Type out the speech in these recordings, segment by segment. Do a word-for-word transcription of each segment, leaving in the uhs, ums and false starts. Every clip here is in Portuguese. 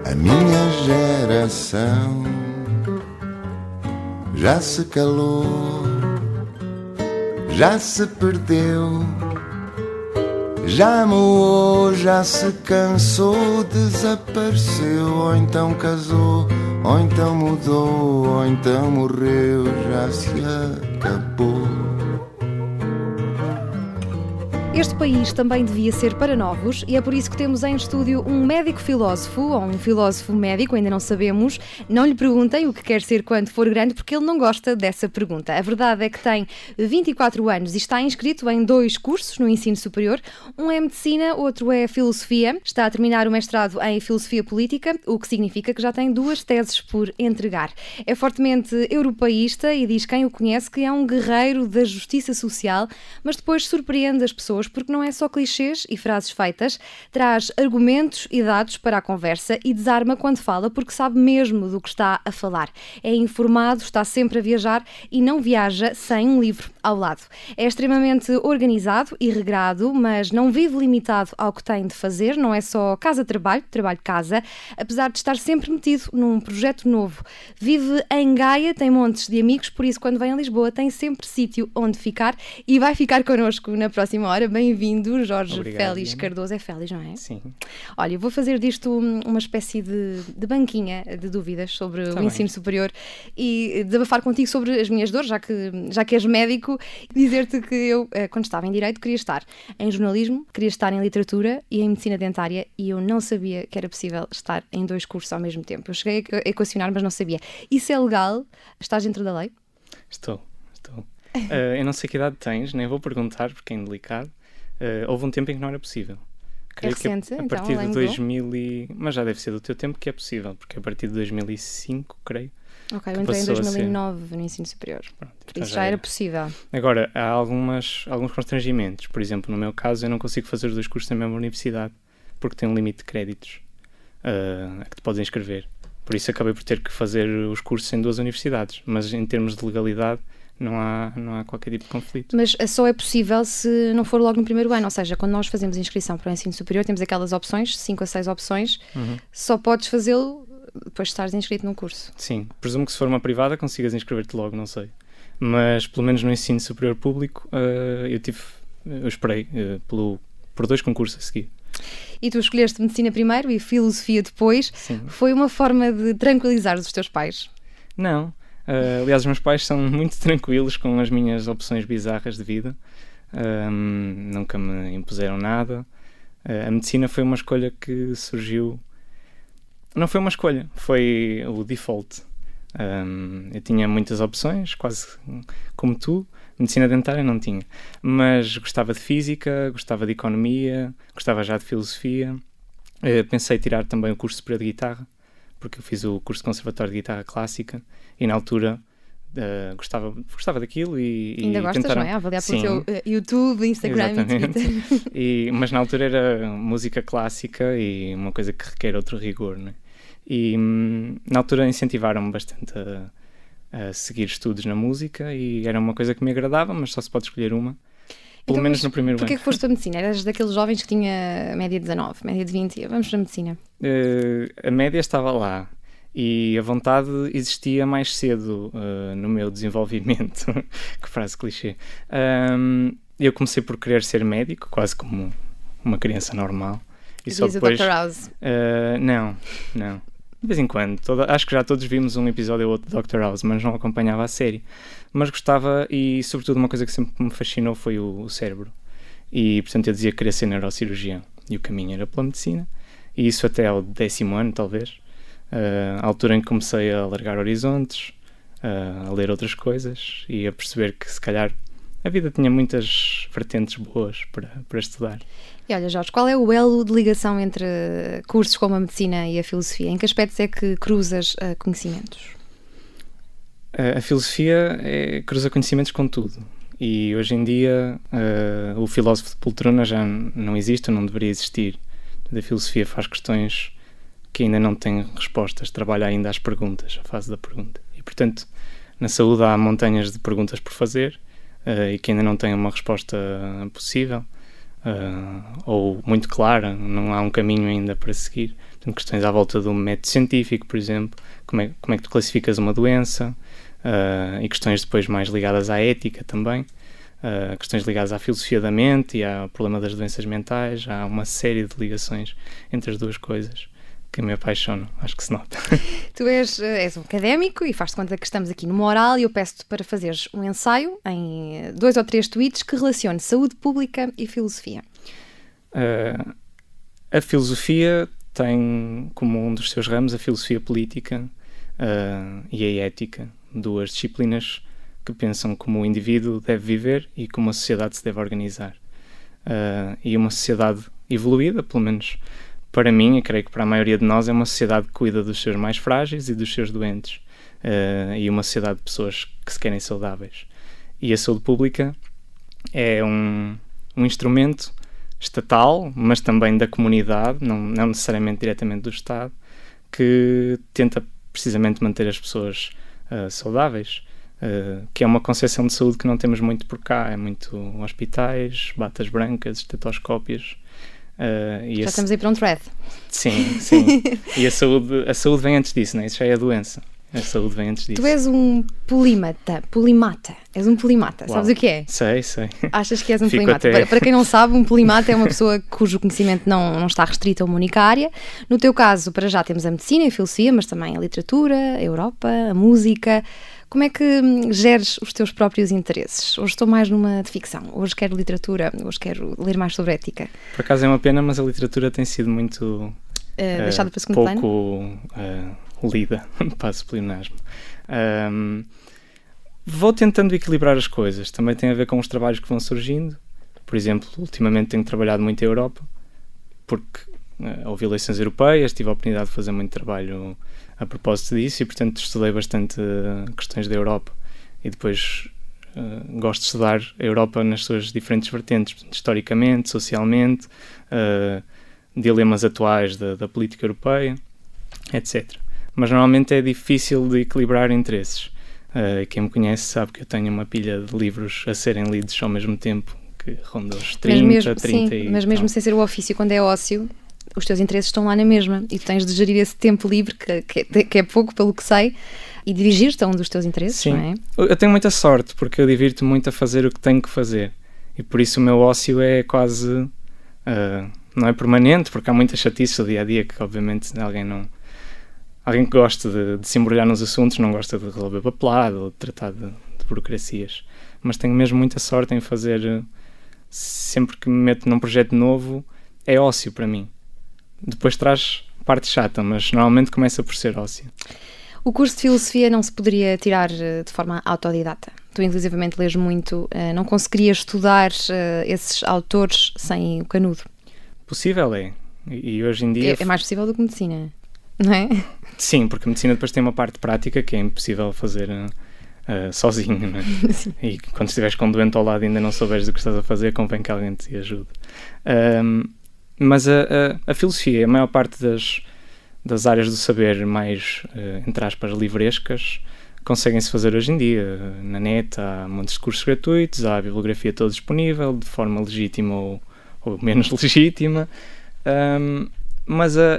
A minha geração já se calou, já se perdeu, já moou, já se cansou, desapareceu, ou então casou, ou então mudou, ou então morreu, já se acabou. Este país também devia ser para novos e é por isso que temos em estúdio um médico-filósofo, ou um filósofo-médico, ainda não sabemos. Não lhe perguntem o que quer ser quando for grande, porque ele não gosta dessa pergunta. A verdade é que tem vinte e quatro anos e está inscrito em dois cursos no ensino superior. Um é Medicina, outro é Filosofia. Está a terminar o mestrado em Filosofia Política, o que significa que já tem duas teses por entregar. É fortemente europeísta e diz quem o conhece que é um guerreiro da justiça social, mas depois surpreende as pessoas porque não é só clichês e frases feitas, traz argumentos e dados para a conversa e desarma quando fala porque sabe mesmo do que está a falar. É informado, está sempre a viajar e não viaja sem um livro ao lado. É extremamente organizado e regrado, mas não vive limitado ao que tem de fazer, não é só casa-trabalho, trabalho-casa, apesar de estar sempre metido num projeto novo. Vive em Gaia, tem montes de amigos, por isso quando vem a Lisboa tem sempre sítio onde ficar e vai ficar connosco na próxima hora. Bem-vindo, Jorge. Obrigado, Félix Diana. Cardoso. É Félix, não é? Sim. Olha, eu vou fazer disto uma espécie de, de banquinha de dúvidas sobre Está o bem. ensino superior e desabafar contigo sobre as minhas dores, já que, já que és médico, e dizer-te que eu, quando estava em Direito, queria estar em jornalismo, queria estar em literatura e em medicina dentária e eu não sabia que era possível estar em dois cursos ao mesmo tempo. Eu cheguei a equacionar, mas não sabia. Isso é legal? Estás dentro da lei? Estou, estou. uh, eu não sei que idade tens, nem vou perguntar porque é indelicado. Uh, houve um tempo em que não era possível. Creio é recente, que a, a então, partir de dois mil e... Mas já deve ser do teu tempo que é possível, porque a partir de dois mil e cinco, creio. Ok, eu entrei em dois mil e nove no ensino superior. Pronto, por então isso já, já era possível. Agora, há algumas, alguns constrangimentos. Por exemplo, no meu caso, eu não consigo fazer os dois cursos na mesma universidade, porque tem um limite de créditos uh, a que te podes inscrever. Por isso acabei por ter que fazer os cursos em duas universidades. Mas em termos de legalidade, Não há, não há qualquer tipo de conflito. Mas só é possível se não for logo no primeiro ano, ou seja, quando nós fazemos inscrição para o ensino superior, temos aquelas opções, cinco a seis opções, uhum. Só podes fazê-lo depois de estares inscrito num curso. Sim, presumo que se for uma privada consigas inscrever-te logo, não sei. Mas pelo menos no ensino superior público uh, eu tive, eu esperei uh, pelo, por dois concursos a seguir. E tu escolheste medicina primeiro e filosofia depois. Sim. Foi uma forma de tranquilizar os teus pais? Não. Uh, aliás, os meus pais são muito tranquilos com as minhas opções bizarras de vida. Um, nunca me impuseram nada. Uh, a medicina foi uma escolha que surgiu... Não foi uma escolha, foi o default. Um, eu tinha muitas opções, quase como tu. Medicina dentária não tinha. Mas gostava de física, gostava de economia, gostava já de filosofia. Uh, pensei em tirar também o curso superior de guitarra, porque eu fiz o curso de conservatório de guitarra clássica e na altura uh, gostava, gostava daquilo e, ainda e gostas, tentaram... não é? Avaliar pelo teu uh, YouTube, Instagram Exatamente. E Twitter. E, mas na altura era música clássica e uma coisa que requer outro rigor, não é? E hum, na altura incentivaram-me bastante a, a seguir estudos na música e era uma coisa que me agradava, mas só se pode escolher uma. Pelo então, menos no primeiro porquê ano. Porquê que foste para a medicina? Eras daqueles jovens que tinha média de dezanove, média de vinte, vamos para a medicina. Uh, a média estava lá e a vontade existia mais cedo uh, no meu desenvolvimento. Que frase clichê. Um, eu comecei por querer ser médico, quase como uma criança normal. E só depois... o doutor House? Uh, não, não. De vez em quando. Toda, acho que já todos vimos um episódio ou outro de doutor House, mas não acompanhava a série. Mas gostava e, sobretudo, uma coisa que sempre me fascinou foi o, o cérebro. E, portanto, eu dizia que queria ser neurocirurgião. E o caminho era pela medicina. E isso até ao décimo ano, talvez. Uh, a altura em que comecei a alargar horizontes, uh, a ler outras coisas e a perceber que, se calhar, a vida tinha muitas vertentes boas para, para estudar. E olha, Jorge, qual é o elo de ligação entre cursos como a medicina e a filosofia? Em que aspectos é que cruzas uh, conhecimentos? Uh, a filosofia é, cruza conhecimentos com tudo. E hoje em dia uh, o filósofo de poltrona já não existe, não deveria existir. A filosofia faz questões que ainda não têm respostas, trabalha ainda às perguntas, a fase da pergunta. E, portanto, na saúde há montanhas de perguntas por fazer uh, e que ainda não têm uma resposta possível. uh, ou muito clara, não há um caminho ainda para seguir. Portanto, questões à volta do método científico, por exemplo, como é, como é que tu classificas uma doença, uh, e questões depois mais ligadas à ética também, uh, questões ligadas à filosofia da mente e ao problema das doenças mentais. Há uma série de ligações entre as duas coisas que me apaixonam, acho que se nota. Tu és, és um académico e faz-te conta que estamos aqui numa oral e eu peço-te para fazeres um ensaio em dois ou três tweets que relacione saúde pública e filosofia. Uh, a filosofia tem como um dos seus ramos a filosofia política uh, e a ética, duas disciplinas que pensam como o indivíduo deve viver e como a sociedade se deve organizar. Uh, e uma sociedade evoluída, pelo menos para mim, e creio que para a maioria de nós, é uma sociedade que cuida dos seus mais frágeis e dos seus doentes, uh, e uma sociedade de pessoas que se querem saudáveis. E a saúde pública é um, um instrumento estatal, mas também da comunidade, não, não necessariamente diretamente do Estado, que tenta precisamente manter as pessoas uh, saudáveis, uh, que é uma concepção de saúde que não temos muito por cá. É muito hospitais, batas brancas, estetoscópios. Uh, e já a... estamos aí para um thread. Sim, sim. E a saúde, a saúde vem antes disso, não é? Isso já é a doença. A saúde vem antes disso. Tu és um polimata, polimata. És um polimata, Uau. Sabes o que é? Sei, sei. Achas que és um Fico polimata? até... Para, para quem não sabe, um polimata é uma pessoa cujo conhecimento não, não está restrito a uma única área. No teu caso, para já temos a medicina e a filosofia, mas também a literatura, a Europa, a música. Como é que hum, geres os teus próprios interesses? Hoje estou mais numa de ficção, hoje quero literatura, hoje quero ler mais sobre ética. Por acaso é uma pena, mas a literatura tem sido muito uh, uh, deixada para segundo plano? pouco uh, lida, passo o pleonasmo. Um, vou tentando equilibrar as coisas. Também tem a ver com os trabalhos que vão surgindo. Por exemplo, ultimamente tenho trabalhado muito em Europa, porque uh, houve eleições europeias, tive a oportunidade de fazer muito trabalho a propósito disso e, portanto, estudei bastante uh, questões da Europa. E depois uh, gosto de estudar a Europa nas suas diferentes vertentes, portanto, historicamente, socialmente, uh, dilemas atuais da, da política europeia, etcétera. Mas normalmente é difícil de equilibrar interesses. Uh, quem me conhece sabe que eu tenho uma pilha de livros a serem lidos ao mesmo tempo, que ronda os trinta, mas mesmo, trinta sim, e mas mesmo tal. Sem ser o ofício, quando é ócio, os teus interesses estão lá na mesma e tu tens de gerir esse tempo livre, que, que, que é pouco, pelo que sei, e dirigir-te a um dos teus interesses, Sim. não é? Eu tenho muita sorte, porque eu divirto muito a fazer o que tenho que fazer. E por isso o meu ócio é quase... Uh, não é permanente, porque há muita chatice do dia-a-dia que, obviamente, alguém não... Alguém que gosta de, de se embrulhar nos assuntos não gosta de resolver papelada ou de tratar de, de burocracias. Mas tenho mesmo muita sorte em fazer... Sempre que me meto num projeto novo, é ócio para mim. Depois traz parte chata, mas normalmente começa por ser ócio. O curso de filosofia não se poderia tirar de forma autodidata. Tu, inclusivamente, lês muito. Não conseguirias estudar esses autores sem o canudo? Possível é. E hoje em dia... É, é mais possível do que medicina, não é? Sim, porque a medicina depois tem uma parte prática que é impossível fazer uh, sozinho, não é? E quando estiveres com um doente ao lado e ainda não souberes o que estás a fazer, convém que alguém te ajude. Um, mas a, a, a filosofia, a maior parte das, das áreas do saber mais, uh, entre aspas, livrescas, conseguem-se fazer hoje em dia. Na net há muitos cursos gratuitos, há a bibliografia toda disponível, de forma legítima ou, ou menos legítima. Um, mas a,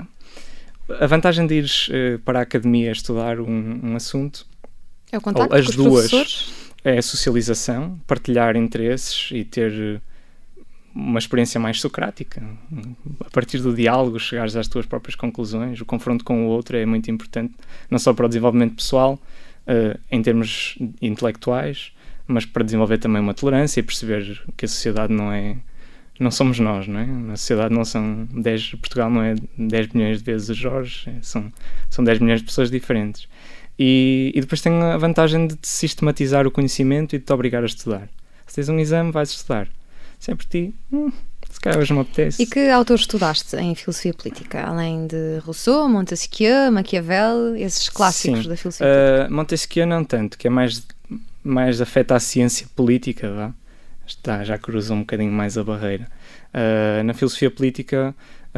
a, a vantagem de ires uh, para a academia estudar um, um assunto, é o contacto ou as com os duas, professores? É a socialização, partilhar interesses e ter uma experiência mais socrática. A partir do diálogo, chegares às tuas próprias conclusões. O confronto com o outro é muito importante, não só para o desenvolvimento pessoal, uh, em termos intelectuais, mas para desenvolver também uma tolerância e perceber que a sociedade não é... Não somos nós, não é? Na sociedade não são dez... Portugal não é dez milhões de vezes o Jorge, é, são, são dez milhões de pessoas diferentes. E, e depois tem a vantagem de te sistematizar o conhecimento e de te obrigar a estudar. Se tens um exame, vais estudar. Se é por ti, hum, se calhar hoje me apetece. E que autores estudaste em filosofia política? Além de Rousseau, Montesquieu, Maquiavel, esses clássicos Sim. da filosofia uh, política? Montesquieu não tanto, que é mais, mais afeta à ciência política, vá. Está, já cruza um bocadinho mais a barreira. Uh, na filosofia política,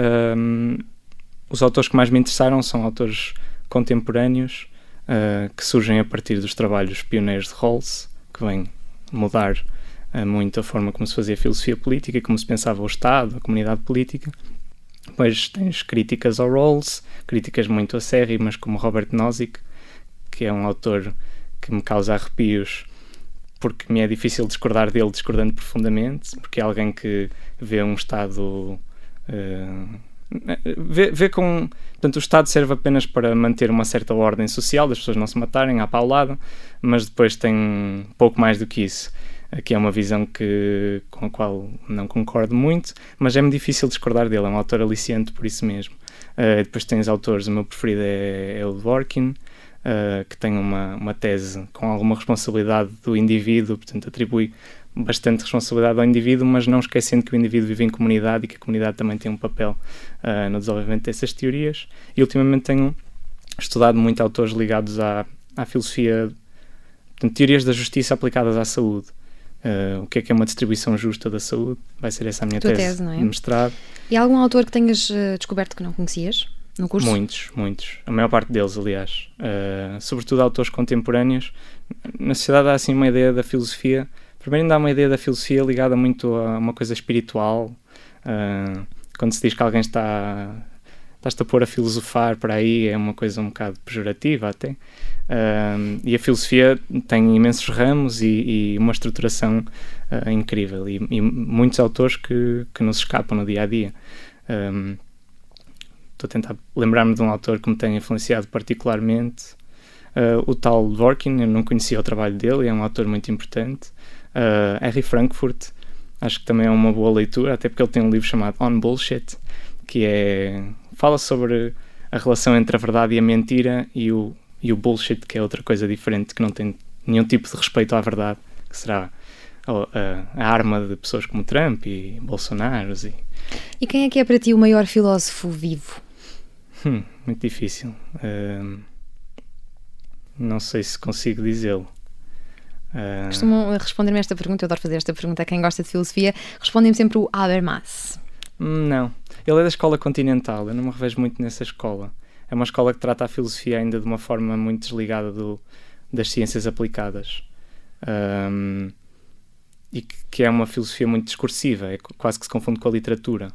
uh, os autores que mais me interessaram são autores contemporâneos, uh, que surgem a partir dos trabalhos pioneiros de Rawls, que vêm mudar uh, muito a forma como se fazia filosofia política e como se pensava o Estado, a comunidade política. Depois tens críticas ao Rawls, críticas muito acérrimas como Robert Nozick, que é um autor que me causa arrepios porque me é difícil discordar dele discordando profundamente, porque é alguém que vê um Estado... Uh, vê, vê com... Portanto, o Estado serve apenas para manter uma certa ordem social, das pessoas não se matarem à paulada, mas depois tem pouco mais do que isso. Aqui é uma visão que, com a qual não concordo muito, mas é-me difícil discordar dele, é um autor aliciante por isso mesmo. Uh, depois tens autores, o meu preferido é, é o Dworkin, uh, que tem uma, uma tese com alguma responsabilidade do indivíduo, portanto atribui bastante responsabilidade ao indivíduo, mas não esquecendo que o indivíduo vive em comunidade e que a comunidade também tem um papel uh, no desenvolvimento dessas teorias. E ultimamente tenho estudado muito autores ligados à, à filosofia, portanto, teorias da justiça aplicadas à saúde. Uh, o que é que é uma distribuição justa da saúde? Vai ser essa a minha tese, tese não é? de mestrado. E há algum autor que tenhas uh, descoberto que não conhecias no curso? Muitos, muitos. A maior parte deles, aliás. Uh, sobretudo autores contemporâneos. Na sociedade há assim uma ideia da filosofia. Primeiro ainda há uma ideia da filosofia ligada muito a uma coisa espiritual. Uh, quando se diz que alguém está... estás-te a pôr a filosofar para aí, é uma coisa um bocado pejorativa até. Uh, e a filosofia tem imensos ramos e, e uma estruturação uh, incrível. E, e muitos autores que, que nos escapam no dia-a-dia. Um, estou a tentar lembrar-me de um autor que me tem influenciado particularmente. Uh, o tal Dworkin, eu não conhecia o trabalho dele, é um autor muito importante. Uh, Harry Frankfurt, acho que também é uma boa leitura, até porque ele tem um livro chamado On Bullshit, que é... fala sobre a relação entre a verdade e a mentira e o, e o bullshit, que é outra coisa diferente, que não tem nenhum tipo de respeito à verdade, que será a, a, a arma de pessoas como Trump e Bolsonaro. E... e quem é que é para ti o maior filósofo vivo? Hum, muito difícil. Uh, não sei se consigo dizê-lo. Uh... Costumam responder-me esta pergunta, eu adoro fazer esta pergunta a quem gosta de filosofia, respondem-me sempre o Habermas. Não, ele é da escola continental, eu não me revejo muito nessa escola. É uma escola que trata a filosofia ainda de uma forma muito desligada do, das ciências aplicadas. Um, e que, que é uma filosofia muito discursiva, é quase que se confunde com a literatura.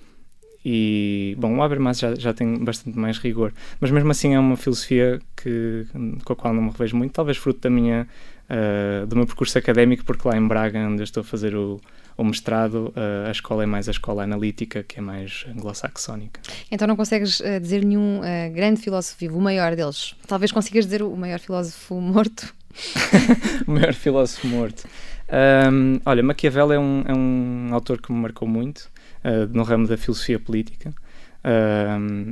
E, bom, o Habermas já, já tem bastante mais rigor, mas mesmo assim é uma filosofia que, com a qual não me revejo muito, talvez fruto da minha, uh, do meu percurso académico, porque lá em Braga, onde eu estou a fazer o o mestrado, uh, a escola é mais a escola analítica, que é mais anglo-saxónica. Então não consegues uh, dizer nenhum uh, grande filósofo vivo, o maior deles? Talvez consigas dizer o maior filósofo morto? O maior filósofo morto. Um, olha, Maquiavel é um, é um autor que me marcou muito, uh, no ramo da filosofia política. Um,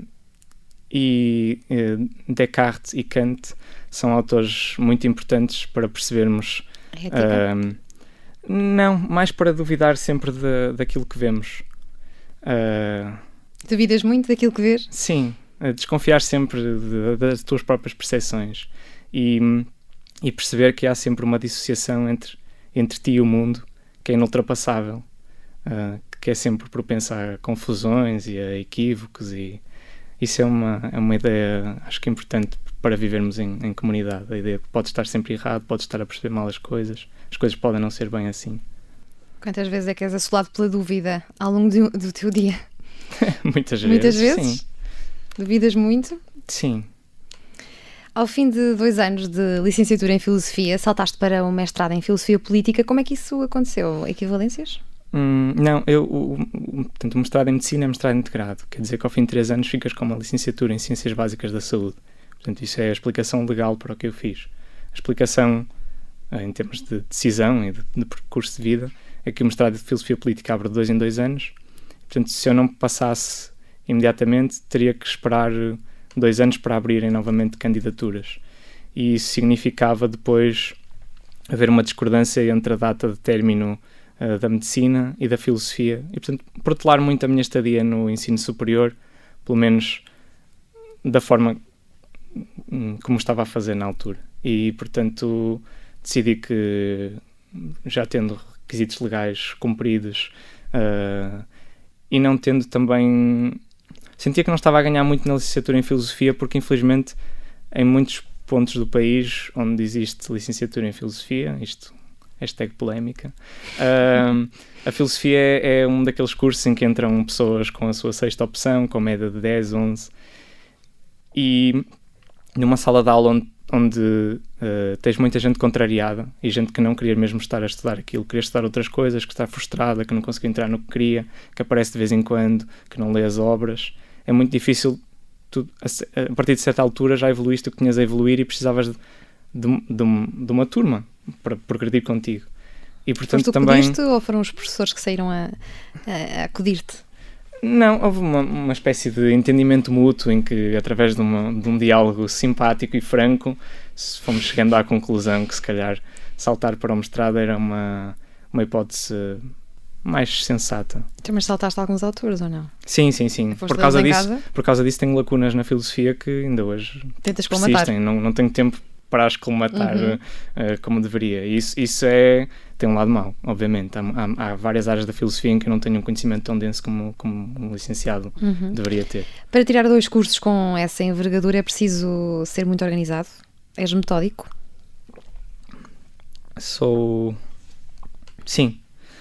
e uh, Descartes e Kant são autores muito importantes para percebermos... Um, não, mais para duvidar sempre de, daquilo que vemos. Uh, Duvidas muito daquilo que vês? Sim, uh, desconfiar sempre de, das tuas próprias percepções e, e perceber que há sempre uma dissociação entre, entre ti e o mundo que é inultrapassável, uh, que é sempre propensa a confusões e a equívocos, e isso é uma, é uma ideia, acho que importante para vivermos em, em comunidade. A ideia de que podes estar sempre errado, podes estar a perceber mal as coisas, as coisas podem não ser bem assim. Quantas vezes é que és assolado pela dúvida ao longo do, do teu dia? Muitas vezes. Muitas vezes? Sim. Duvidas muito? Sim. Ao fim de dois anos de licenciatura em Filosofia, saltaste para um mestrado em Filosofia Política. Como é que isso aconteceu? Equivalências? Hum, não, eu, o, o, portanto, o mestrado em Medicina é mestrado integrado. Quer dizer que ao fim de três anos ficas com uma licenciatura em Ciências Básicas da Saúde. Portanto, isso é a explicação legal para o que eu fiz. A explicação, em termos de decisão e de, de percurso de vida, é que o mestrado de Filosofia Política abre de dois em dois anos. Portanto, se eu não passasse imediatamente, teria que esperar dois anos para abrirem novamente candidaturas. E isso significava depois haver uma discordância entre a data de término uh, da medicina e da filosofia. E, portanto, protelar muito a minha estadia no ensino superior, pelo menos da forma como estava a fazer na altura. E, portanto, decidi que, já tendo requisitos legais cumpridos uh, e não tendo também... Sentia que não estava a ganhar muito na licenciatura em Filosofia, porque, infelizmente, em muitos pontos do país onde existe licenciatura em Filosofia, isto hashtag polémica. Uh, a filosofia é, é um daqueles cursos em que entram pessoas com a sua sexta opção, com média de dez, onze, e numa sala de aula onde, onde uh, tens muita gente contrariada e gente que não queria mesmo estar a estudar aquilo, queria estudar outras coisas, que está frustrada, que não conseguiu entrar no que queria, que aparece de vez em quando, que não lê as obras. É muito difícil, tu, a, a partir de certa altura já evoluíste o que tinhas a evoluir e precisavas de, de, de, de uma turma para progredir contigo. E portanto Foste tu também... pediste ou foram os professores que saíram a, a, a acudir-te? Não, houve uma, uma espécie de entendimento mútuo em que, através de, uma, de um diálogo simpático e franco, fomos chegando à conclusão que, se calhar, saltar para o mestrado era uma, uma hipótese mais sensata. Então, mas saltaste alguns autores ou não? Sim, sim, sim. Foste Por causa, deles em disso, casa? por causa disso tenho lacunas na filosofia que ainda hoje Tentas colmatar. persistem. Não, não tenho tempo para as colmatar Uhum. uh, como deveria. E isso, isso é, tem um lado mau, obviamente. Há, há, há várias áreas da filosofia em que eu não tenho um conhecimento tão denso como, como um licenciado Uhum. deveria ter. Para tirar dois cursos com essa envergadura é preciso ser muito organizado? És metódico? Sou... Sim.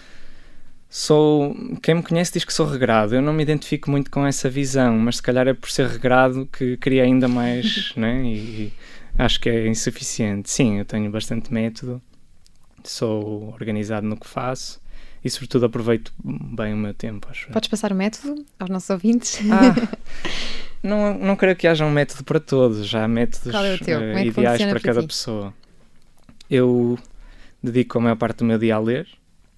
Sou... Quem me conhece diz que sou regrado. Eu não me identifico muito com essa visão, mas se calhar é por ser regrado que queria ainda mais, né? E, e acho que é insuficiente. Sim, eu tenho bastante método, sou organizado no que faço e, sobretudo, aproveito bem o meu tempo, acho. Podes passar o método aos nossos ouvintes? Ah, não, não creio que haja um método para todos. Já há métodos Qual é o teu? uh, Como é que ideais funciona para para cada ti? pessoa. Eu dedico a maior parte do meu dia a ler.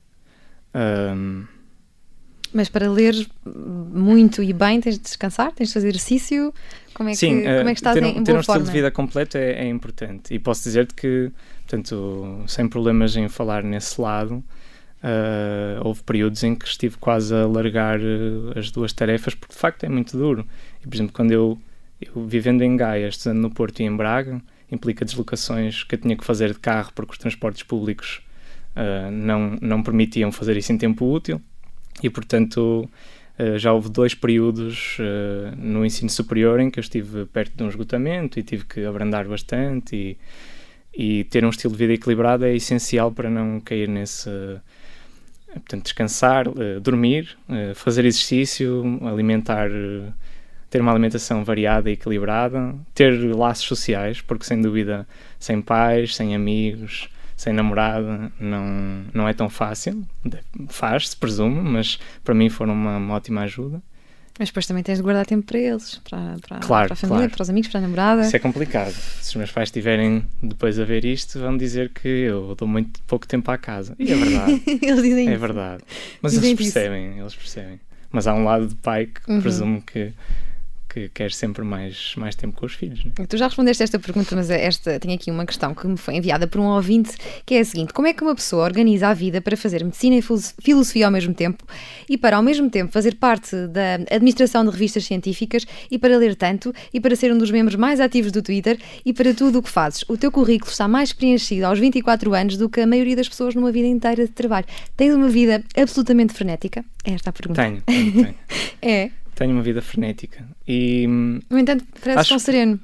Um, Mas para ler muito e bem tens de descansar? Tens de fazer exercício? Como é que, Sim, como é que estás ter um, em, em ter boa um estilo forma? de vida completo é, é importante. E posso dizer-te que, portanto, sem problemas em falar nesse lado, uh, houve períodos em que estive quase a largar uh, as duas tarefas, porque de facto é muito duro. E, por exemplo, quando eu, eu vivendo em Gaia, estudando no Porto e em Braga, implica deslocações que eu tinha que fazer de carro porque os transportes públicos uh, não, não permitiam fazer isso em tempo útil. E, portanto, uh, já houve dois períodos uh, no ensino superior em que eu estive perto de um esgotamento e tive que abrandar bastante e, e ter um estilo de vida equilibrado é essencial para não cair nesse... Uh, portanto, descansar, uh, dormir, uh, fazer exercício, alimentar... Uh, ter uma alimentação variada e equilibrada, ter laços sociais, porque sem dúvida sem pais, sem amigos, sem namorada não, não é tão fácil. Faz, se presume, mas para mim foram uma, uma ótima ajuda. Mas depois também tens de guardar tempo para eles, para, para, Claro, para a família, claro. para os amigos, para a namorada. Isso é complicado. Se os meus pais estiverem depois a ver isto, vão dizer que eu dou muito pouco tempo à casa. E é verdade. Eles dizem É isso. verdade. Mas Dizem eles isso. percebem, eles percebem. Mas há um lado de pai que Uhum. presumo que que quer sempre mais, mais tempo com os filhos, né? Tu já respondeste esta pergunta, mas esta tenho aqui uma questão que me foi enviada por um ouvinte, que é a seguinte: como é que uma pessoa organiza a vida para fazer medicina e filosofia ao mesmo tempo e para ao mesmo tempo fazer parte da administração de revistas científicas e para ler tanto e para ser um dos membros mais ativos do Twitter e para tudo o que fazes? O teu currículo está mais preenchido aos vinte e quatro anos do que a maioria das pessoas numa vida inteira de trabalho. Tens uma vida absolutamente frenética? É esta a pergunta. Tenho, tenho, tenho. É. Tenho uma vida frenética e No entanto, parece Acho- tão sereno.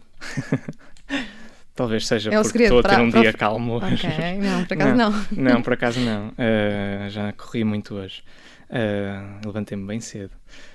talvez seja É o porque segredo estou a ter para- um para o- dia calmo hoje. Ok, não, por acaso não. Não, por acaso não. Uh, já corri muito hoje. Uh, levantei-me bem cedo.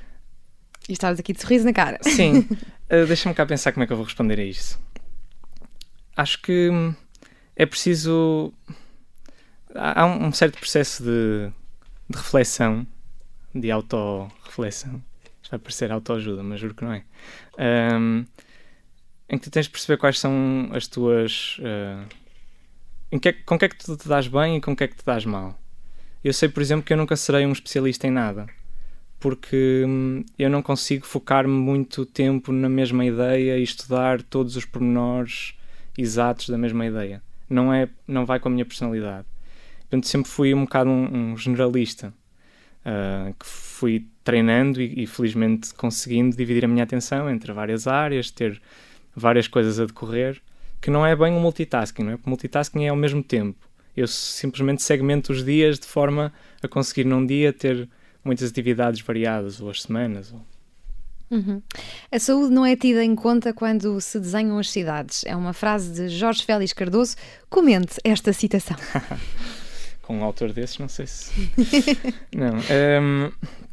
E estavas aqui de sorriso na cara. Sim, uh, deixa-me cá pensar como é que eu vou responder a isto. Acho que hum, é preciso... Há há um um certo processo de, de reflexão, de autorreflexão. Isto vai parecer autoajuda, mas juro que não é. Um, em que tu tens de perceber quais são as tuas... Uh, em que é, com que é que tu te dás bem e com que é que te dás mal. Eu sei, por exemplo, que eu nunca serei um especialista em nada, porque hum, eu não consigo focar-me muito tempo na mesma ideia e estudar todos os pormenores exatos da mesma ideia. Não, é, não vai com a minha personalidade. Portanto, sempre fui um bocado um, um generalista, uh, que fui treinando e, e felizmente conseguindo dividir a minha atenção entre várias áreas, ter várias coisas a decorrer, que não é bem um multitasking, não é? Porque multitasking é ao mesmo tempo. Eu simplesmente segmento os dias de forma a conseguir num dia ter muitas atividades variadas, ou as semanas. Ou... Uhum. A saúde não é tida em conta quando se desenham as cidades. É uma frase de Jorge Félix Cardoso. Comente esta citação. com um autor desses, não sei se... não. Um,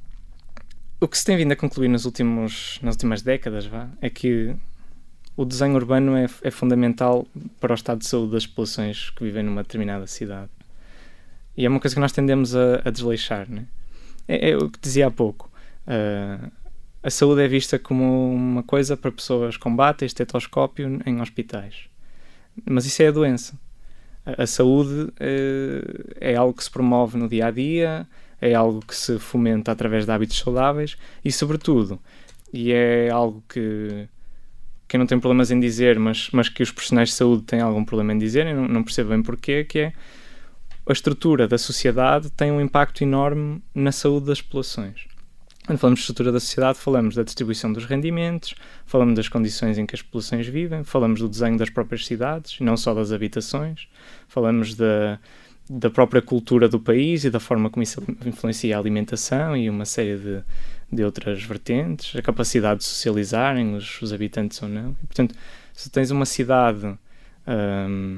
o que se tem vindo a concluir nos últimos, nas últimas décadas, vá, é que o desenho urbano é, é fundamental para o estado de saúde das populações que vivem numa determinada cidade. E é uma coisa que nós tendemos a, a desleixar, né? É, é o que dizia há pouco. Uh, a saúde é vista como uma coisa para pessoas com bata e estetoscópio em hospitais. Mas isso é a doença. A, a saúde uh, é algo que se promove no dia-a-dia, é algo que se fomenta através de hábitos saudáveis e, sobretudo, e é algo que quem não tem problemas em dizer, mas, mas que os profissionais de saúde têm algum problema em dizer, e não, não percebo bem porquê, que é a estrutura da sociedade tem um impacto enorme na saúde das populações. Quando falamos de estrutura da sociedade, falamos da distribuição dos rendimentos, falamos das condições em que as populações vivem, falamos do desenho das próprias cidades, não só das habitações, falamos da, da própria cultura do país e da forma como isso influencia a alimentação e uma série de, de outras vertentes, a capacidade de socializarem os, os habitantes ou não. E, portanto, se tens uma cidade... Um,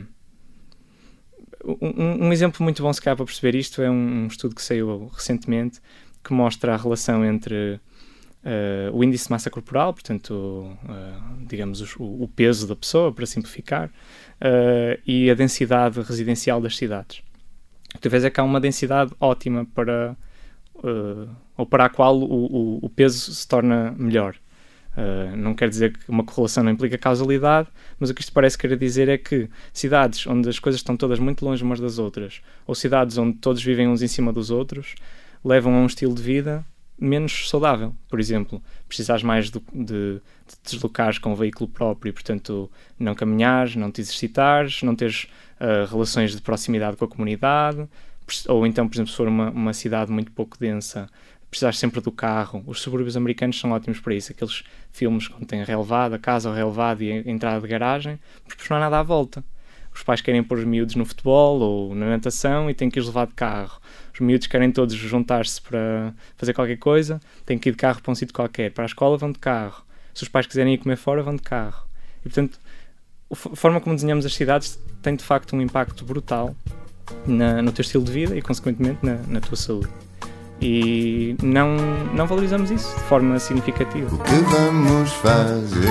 um, um exemplo muito bom, se calhar, para perceber isto é um, um estudo que saiu recentemente que mostra a relação entre uh, o índice de massa corporal, portanto, uh, digamos, o, o peso da pessoa, para simplificar, uh, e a densidade residencial das cidades. O que tu vês é que há uma densidade ótima para, uh, ou para a qual o, o, o peso se torna melhor. Uh, não quer dizer que uma correlação não implica causalidade, mas o que isto parece querer dizer é que cidades onde as coisas estão todas muito longe umas das outras, ou cidades onde todos vivem uns em cima dos outros, levam a um estilo de vida menos saudável. Por exemplo, precisares mais de, de, de deslocares com um veículo próprio, portanto, não caminhares, não te exercitares, não teres uh, relações de proximidade com a comunidade, ou então, por exemplo, se for uma, uma cidade muito pouco densa, precisares sempre do carro. Os subúrbios americanos são ótimos para isso. Aqueles filmes onde tem relevado, a casa, o relevado e a entrada de garagem, porque não há nada à volta. Os pais querem pôr os miúdos no futebol ou na natação e têm que ir levar de carro. Os miúdos querem todos juntar-se para fazer qualquer coisa, têm que ir de carro para um sítio qualquer. Para a escola vão de carro. Se os pais quiserem ir comer fora, vão de carro. E, portanto, a forma como desenhamos as cidades tem, de facto, um impacto brutal na, no teu estilo de vida e, consequentemente, na, na tua saúde. E não, não valorizamos isso de forma significativa. O que vamos fazer?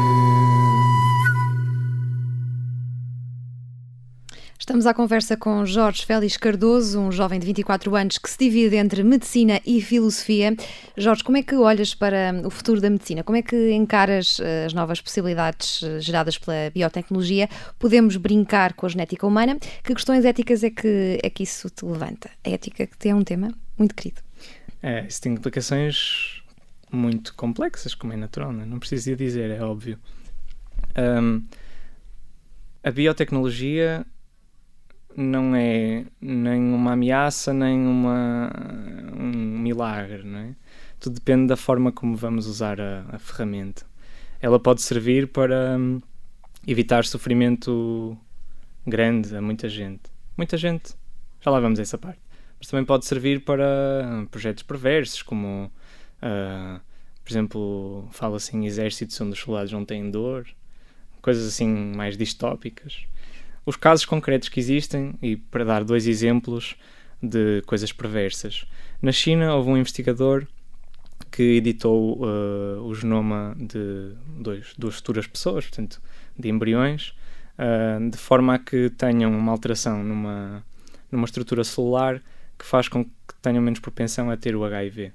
Estamos à conversa com Jorge Félix Cardoso, um jovem de vinte e quatro anos que se divide entre medicina e filosofia. Jorge, como é que olhas para o futuro da medicina? Como é que encaras as novas possibilidades geradas pela biotecnologia? Podemos brincar com a genética humana? Que questões éticas é que, é que isso te levanta? A ética que tem um tema muito querido. É, isso tem implicações muito complexas, como é natural, não, é? Não preciso dizer, é óbvio. Um, a biotecnologia não é nem uma ameaça, nem uma, um milagre, não é? Tudo depende da forma como vamos usar a, a ferramenta. Ela pode servir para um, evitar sofrimento grande a muita gente. Muita gente, já lá vamos a essa parte. Mas também pode servir para projetos perversos, como, uh, por exemplo, fala-se em exércitos onde os soldados não têm dor, coisas assim mais distópicas. Os casos concretos que existem, e para dar dois exemplos de coisas perversas. Na China houve um investigador que editou uh, o genoma de dois, duas futuras pessoas, portanto, de embriões, uh, de forma a que tenham uma alteração numa, numa estrutura celular que faz com que tenham menos propensão a ter o H I V.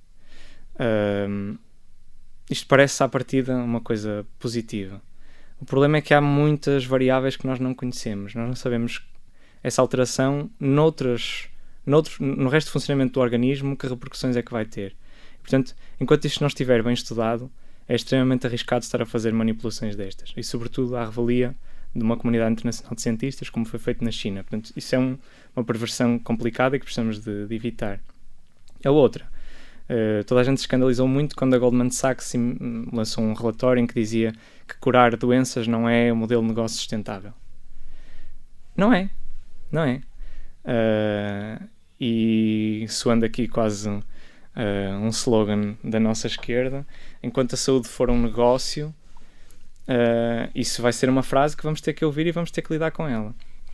Uh, isto parece à partida uma coisa positiva. O problema é que há muitas variáveis que nós não conhecemos. Nós não sabemos essa alteração noutras, noutros, no resto do funcionamento do organismo, que repercussões é que vai ter. E, portanto, enquanto isto não estiver bem estudado, é extremamente arriscado estar a fazer manipulações destas. E, sobretudo, à revelia de uma comunidade internacional de cientistas, como foi feito na China. Portanto, isso é um, uma perversão complicada e que precisamos de, de evitar. A outra. Uh, toda a gente se escandalizou muito quando a Goldman Sachs lançou um relatório em que dizia que curar doenças não é um modelo de negócio sustentável. Não é. Não é. Uh, e soando aqui quase uh, um slogan da nossa esquerda, enquanto a saúde for um negócio, uh, isso vai ser uma frase que vamos ter que ouvir e vamos ter que lidar com ela.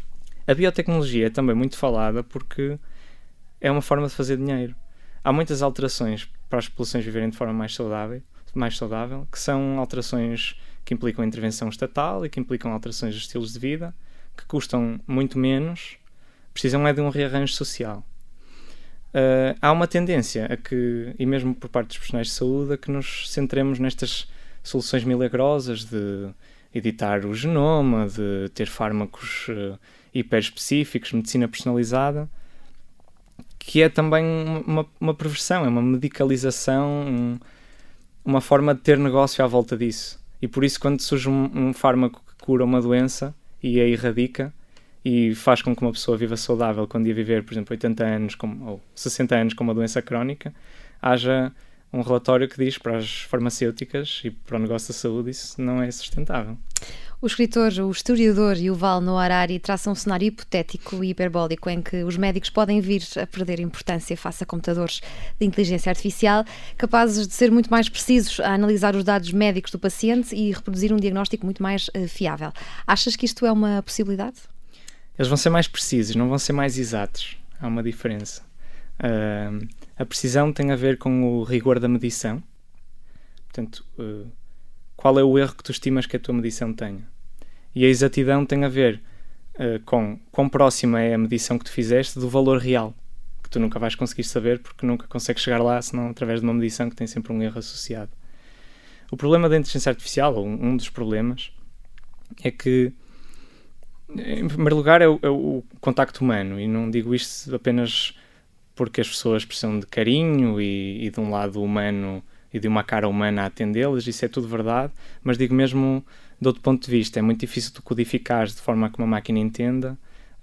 A biotecnologia é também muito falada porque é uma forma de fazer dinheiro. Há muitas alterações para as populações viverem de forma mais saudável, mais saudável, que são alterações que implicam intervenção estatal e que implicam alterações de estilos de vida, que custam muito menos, precisam é de um rearranjo social. Uh, há uma tendência a que, e mesmo por parte dos profissionais de saúde, a que nos centremos nestas soluções milagrosas de editar o genoma, de ter fármacos uh, hiper específicos, medicina personalizada, que é também uma, uma perversão, é uma medicalização, um, uma forma de ter negócio à volta disso. E por isso, quando surge um, um fármaco que cura uma doença e a erradica e faz com que uma pessoa viva saudável quando ia viver, por exemplo, oitenta anos com, ou sessenta anos com uma doença crónica, haja um relatório que diz para as farmacêuticas e para o negócio da saúde isso não é sustentável. O escritor, o historiador Yuval Noah Harari traça um cenário hipotético e hiperbólico em que os médicos podem vir a perder importância face a computadores de inteligência artificial, capazes de ser muito mais precisos a analisar os dados médicos do paciente e reproduzir um diagnóstico muito mais uh, fiável. Achas que isto é uma possibilidade? Eles vão ser mais precisos, não vão ser mais exatos. Há uma diferença. Uh, a precisão tem a ver com o rigor da medição. Portanto, uh, qual é o erro que tu estimas que a tua medição tenha? E a exatidão tem a ver uh, com quão próxima é a medição que tu fizeste do valor real, que tu nunca vais conseguir saber porque nunca consegues chegar lá senão através de uma medição que tem sempre um erro associado. O problema da inteligência artificial, ou um dos problemas, é que, em primeiro lugar, é o, é o contacto humano, e não digo isto apenas porque as pessoas precisam de carinho e, e de um lado humano e de uma cara humana a atendê-las, isso é tudo verdade, mas digo mesmo de outro ponto de vista, é muito difícil de codificar de forma que uma máquina entenda.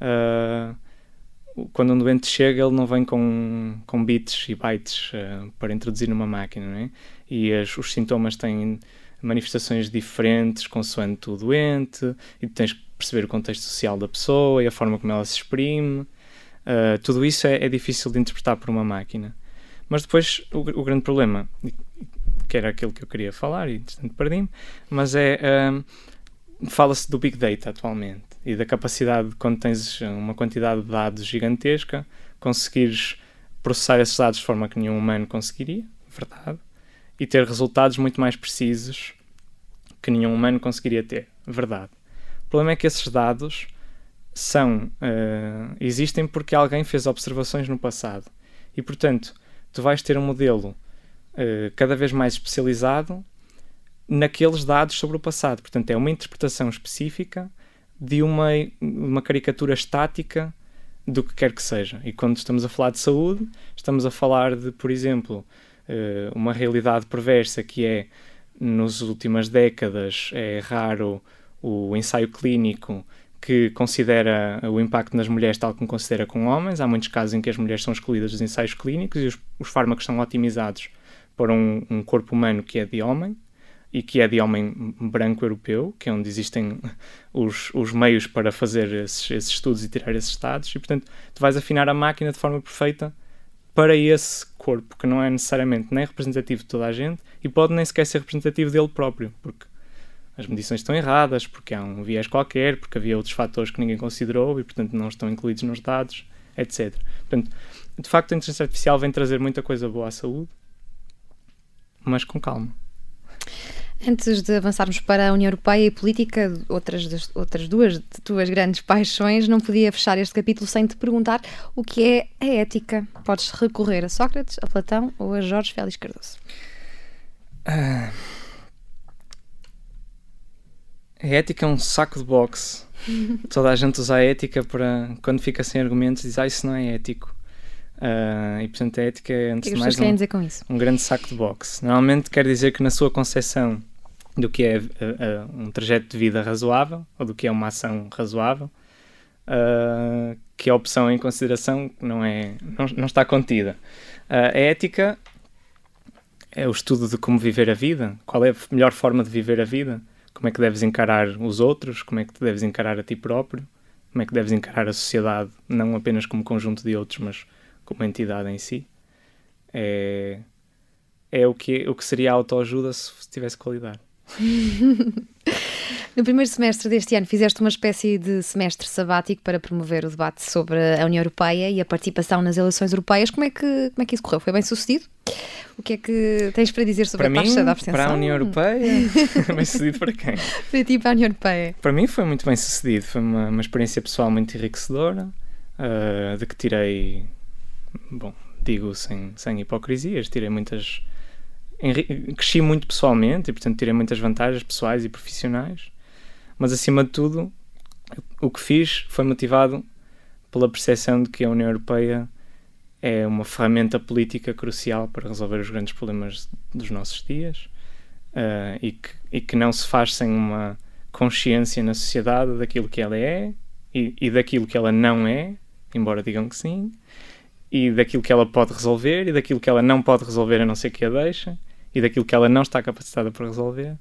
Uh, quando um doente chega, ele não vem com, com bits e bytes uh, para introduzir numa máquina, não é? E as, os sintomas têm manifestações diferentes consoante o doente, e tens que perceber o contexto social da pessoa e a forma como ela se exprime. Uh, tudo isso é, é difícil de interpretar por uma máquina. Mas depois o, o grande problema, que era aquilo que eu queria falar e entretanto perdi-me, mas é um, fala-se do Big Data atualmente e da capacidade de, quando tens uma quantidade de dados gigantesca, conseguires processar esses dados de forma que nenhum humano conseguiria, verdade, e ter resultados muito mais precisos que nenhum humano conseguiria ter, verdade. O problema é que esses dados são, uh, existem porque alguém fez observações no passado e, portanto, tu vais ter um modelo uh, cada vez mais especializado naqueles dados sobre o passado. Portanto, é uma interpretação específica de uma, uma caricatura estática do que quer que seja. E quando estamos a falar de saúde, estamos a falar de, por exemplo, uh, uma realidade perversa que é, nas últimas décadas, é raro o ensaio clínico que considera o impacto nas mulheres tal como considera com homens. Há muitos casos em que as mulheres são excluídas dos ensaios clínicos e os, os fármacos são otimizados para um, um corpo humano que é de homem e que é de homem branco europeu, que é onde existem os, os meios para fazer esses, esses estudos e tirar esses dados, e portanto tu vais afinar a máquina de forma perfeita para esse corpo, que não é necessariamente nem representativo de toda a gente e pode nem sequer ser representativo dele próprio, porque as medições estão erradas, porque há um viés qualquer, porque havia outros fatores que ninguém considerou e, portanto, não estão incluídos nos dados, etcétera. Portanto, de facto, a inteligência artificial vem trazer muita coisa boa à saúde, mas com calma. Antes de avançarmos para a União Europeia e política, outras, das, outras duas de tuas grandes paixões, não podia fechar este capítulo sem te perguntar o que é a ética. Podes recorrer a Sócrates, a Platão ou a Jorge Félix Cardoso. Ah... A ética é um saco de boxe. Toda a gente usa a ética para, quando fica sem argumentos, diz, ah, isso não é ético. Uh, e, portanto, a ética é, antes de mais, um, dizer com isso? um grande saco de boxe. Normalmente quer dizer que na sua concepção do que é uh, uh, um trajeto de vida razoável, ou do que é uma ação razoável, uh, que a opção em consideração não, é, não, não está contida. Uh, a ética é o estudo de como viver a vida, qual é a melhor forma de viver a vida, como é que deves encarar os outros, como é que te deves encarar a ti próprio, como é que deves encarar a sociedade, não apenas como conjunto de outros, mas como entidade em si. É, é o, que, o que seria a autoajuda se tivesse qualidade. No primeiro semestre deste ano fizeste uma espécie de semestre sabático para promover o debate sobre a União Europeia e a participação nas eleições europeias. Como é que, como é que isso correu? Foi bem sucedido? O que é que tens para dizer sobre para a taxa mim, da abstenção? Para a União Europeia, bem sucedido para quem? Para ti, para a União Europeia. Para mim foi muito bem sucedido. Foi uma, uma experiência pessoal muito enriquecedora, uh, de que tirei, bom, digo sem, sem hipocrisias, tirei muitas... Enri... Cresci muito pessoalmente e, portanto, tirei muitas vantagens pessoais e profissionais. Mas, acima de tudo, o que fiz foi motivado pela percepção de que a União Europeia é uma ferramenta política crucial para resolver os grandes problemas dos nossos dias, uh, e, que, e que não se faz sem uma consciência na sociedade daquilo que ela é e, e daquilo que ela não é, embora digam que sim, e daquilo que ela pode resolver e daquilo que ela não pode resolver a não ser que a deixe, e daquilo que ela não está capacitada para resolver.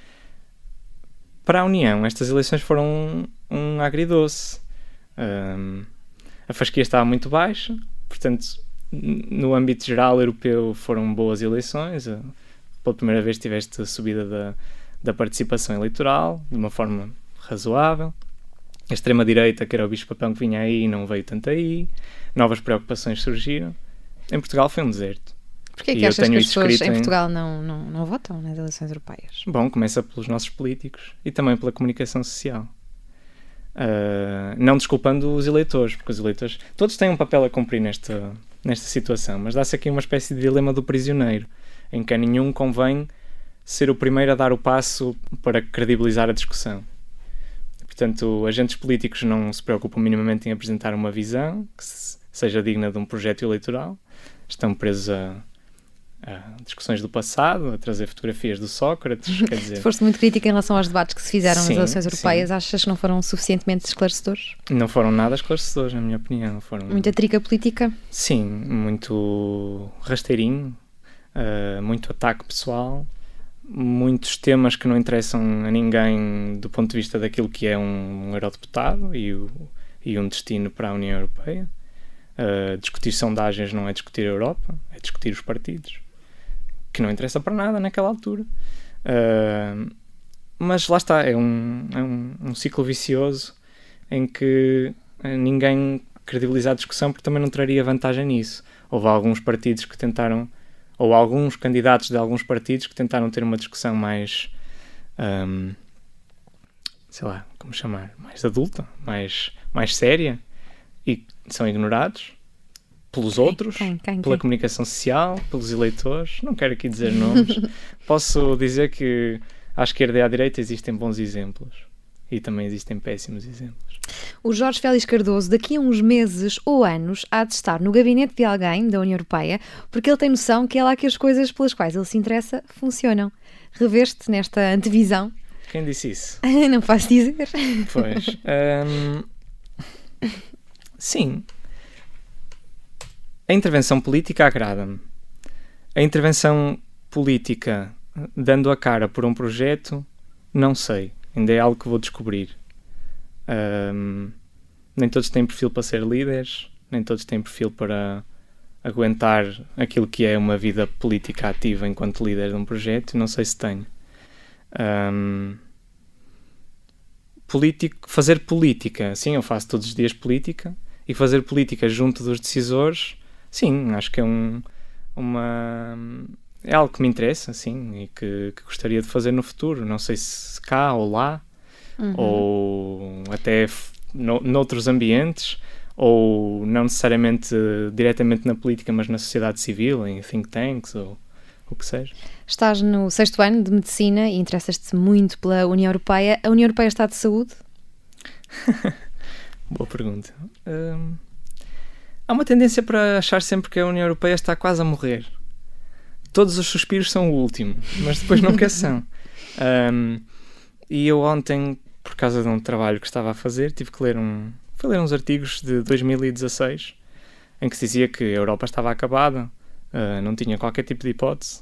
Para a União, estas eleições foram um, um agridoce. Um, a fasquia estava muito baixa, portanto, no âmbito geral europeu foram boas eleições. Pela primeira vez tiveste a subida da, da participação eleitoral, de uma forma razoável. A extrema-direita, que era o bicho-papão que vinha aí, não veio tanto aí. Novas preocupações surgiram. Em Portugal foi um deserto. Porquê é que achas que as pessoas em Portugal não, não, não votam nas eleições europeias? Bom, começa pelos nossos políticos e também pela comunicação social. Uh, não desculpando os eleitores, porque os eleitores todos têm um papel a cumprir nesta, nesta situação, mas dá-se aqui uma espécie de dilema do prisioneiro, em que a nenhum convém ser o primeiro a dar o passo para credibilizar a discussão. Portanto, agentes políticos não se preocupam minimamente em apresentar uma visão que seja digna de um projeto eleitoral. Estão presos a Uh, discussões do passado, a trazer fotografias do Sócrates, quer dizer... Foste muito crítica em relação aos debates que se fizeram sim, nas eleições europeias. Sim. Achas que não foram suficientemente esclarecedores? Não foram nada esclarecedores, na minha opinião. Foram... Muita trica política? Sim, muito rasteirinho, uh, muito ataque pessoal, muitos temas que não interessam a ninguém do ponto de vista daquilo que é um, um eurodeputado e, o, e um destino para a União Europeia. Uh, discutir sondagens não é discutir a Europa, é discutir os partidos, que não interessa para nada naquela altura. Uh, mas lá está, é, um, é um, um ciclo vicioso em que ninguém credibiliza a discussão porque também não traria vantagem nisso. Houve alguns partidos que tentaram, ou alguns candidatos de alguns partidos que tentaram ter uma discussão mais, um, sei lá, como chamar, mais adulta, mais, mais séria, e são ignorados pelos quem, outros, quem, quem, pela quem? comunicação social, pelos eleitores. Não quero aqui dizer nomes. Posso dizer que à esquerda e à direita existem bons exemplos e também existem péssimos exemplos. O Jorge Félix Cardoso, daqui a uns meses ou anos, há de estar no gabinete de alguém da União Europeia, porque ele tem noção que é lá que as coisas pelas quais ele se interessa funcionam. Reveste nesta antevisão? Quem disse isso? Não posso dizer. Pois. hum, sim. A intervenção política agrada-me. A intervenção política dando a cara por um projeto, não sei. Ainda é algo que vou descobrir. Um, nem todos têm perfil para ser líderes, nem todos têm perfil para aguentar aquilo que é uma vida política ativa enquanto líder de um projeto. Não sei se tenho. Um, político, fazer política, sim, eu faço todos os dias política, e fazer política junto dos decisores, sim, acho que é um, uma, é algo que me interessa, sim, e que, que gostaria de fazer no futuro. Não sei se cá ou lá, uhum. ou até no, noutros ambientes, ou não necessariamente diretamente na política, mas na sociedade civil, em think tanks, ou o que seja. Estás no sexto ano de Medicina e interessas-te muito pela União Europeia. A União Europeia está de saúde? Boa pergunta. Hum, há uma tendência para achar sempre que a União Europeia está quase a morrer. Todos os suspiros são o último, mas depois nunca são. Um, e eu ontem, por causa de um trabalho que estava a fazer, tive que ler, um, fui ler uns artigos de dois mil e dezasseis em que se dizia que a Europa estava acabada, uh, não tinha qualquer tipo de hipótese.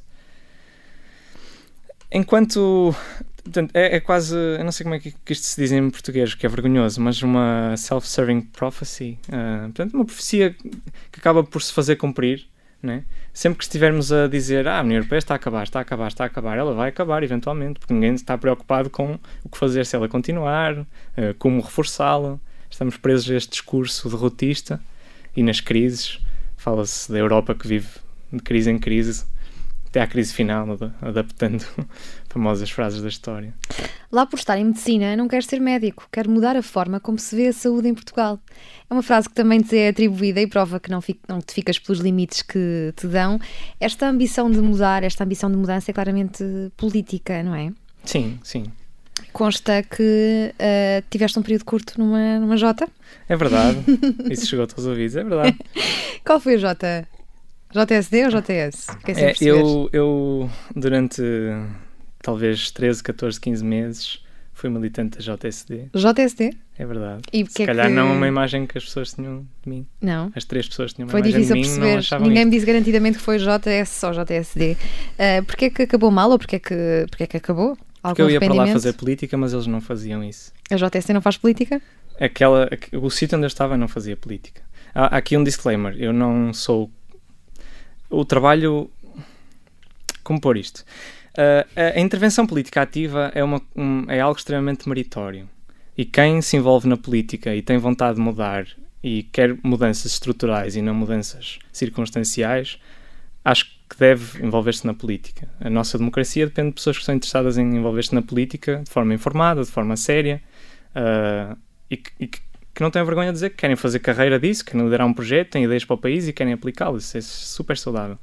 Enquanto... Portanto, é, é quase, eu não sei como é que isto se diz em português, que é vergonhoso, mas uma self-serving prophecy, uh, portanto, uma profecia que acaba por se fazer cumprir né? Sempre que estivermos a dizer ah, a União Europeia está a acabar, está a acabar, está a acabar, ela vai acabar eventualmente, porque ninguém está preocupado com o que fazer se ela continuar, uh, como reforçá-la. Estamos presos a este discurso derrotista e nas crises fala-se da Europa que vive de crise em crise até à crise final, adaptando famosas frases da história. Lá por estar em medicina, não quero ser médico, quero mudar a forma como se vê a saúde em Portugal. É uma frase que também te é atribuída e prova que não, fico, não te ficas pelos limites que te dão. Esta ambição de mudar, esta ambição de mudança é claramente política, não é? Sim, sim. Consta que uh, tiveste um período curto numa, numa Jota. É verdade, isso chegou-te aos ouvidos, é verdade. Qual foi a Jota? J S D ou J S? É, eu, eu, durante talvez treze, catorze, quinze meses, fui militante da J S D. J S D? É verdade. E Se calhar que... não uma imagem que as pessoas tinham de mim. Não. As três pessoas tinham uma foi imagem de mim, perceber. Não achavam Ninguém isto. me disse garantidamente que foi J S ou J S D. Uh, Porquê é que acabou mal ou porquê é que, porquê é que acabou? Porque eu ia para lá fazer política, mas eles não faziam isso. A J S D não faz política? Aquela, o sítio onde eu estava não fazia política. Há, há aqui um disclaimer. Eu não sou... O trabalho... Como pôr isto? Uh, a, a intervenção política ativa é, uma, um, é algo extremamente meritório. E quem se envolve na política e tem vontade de mudar e quer mudanças estruturais e não mudanças circunstanciais, acho que deve envolver-se na política. A nossa democracia depende de pessoas que estão interessadas em envolver-se na política de forma informada, de forma séria, uh, e, que, e que, que não têm vergonha de dizer que querem fazer carreira disso, querem liderar um projeto, têm ideias para o país e querem aplicá-lo. Isso é super saudável.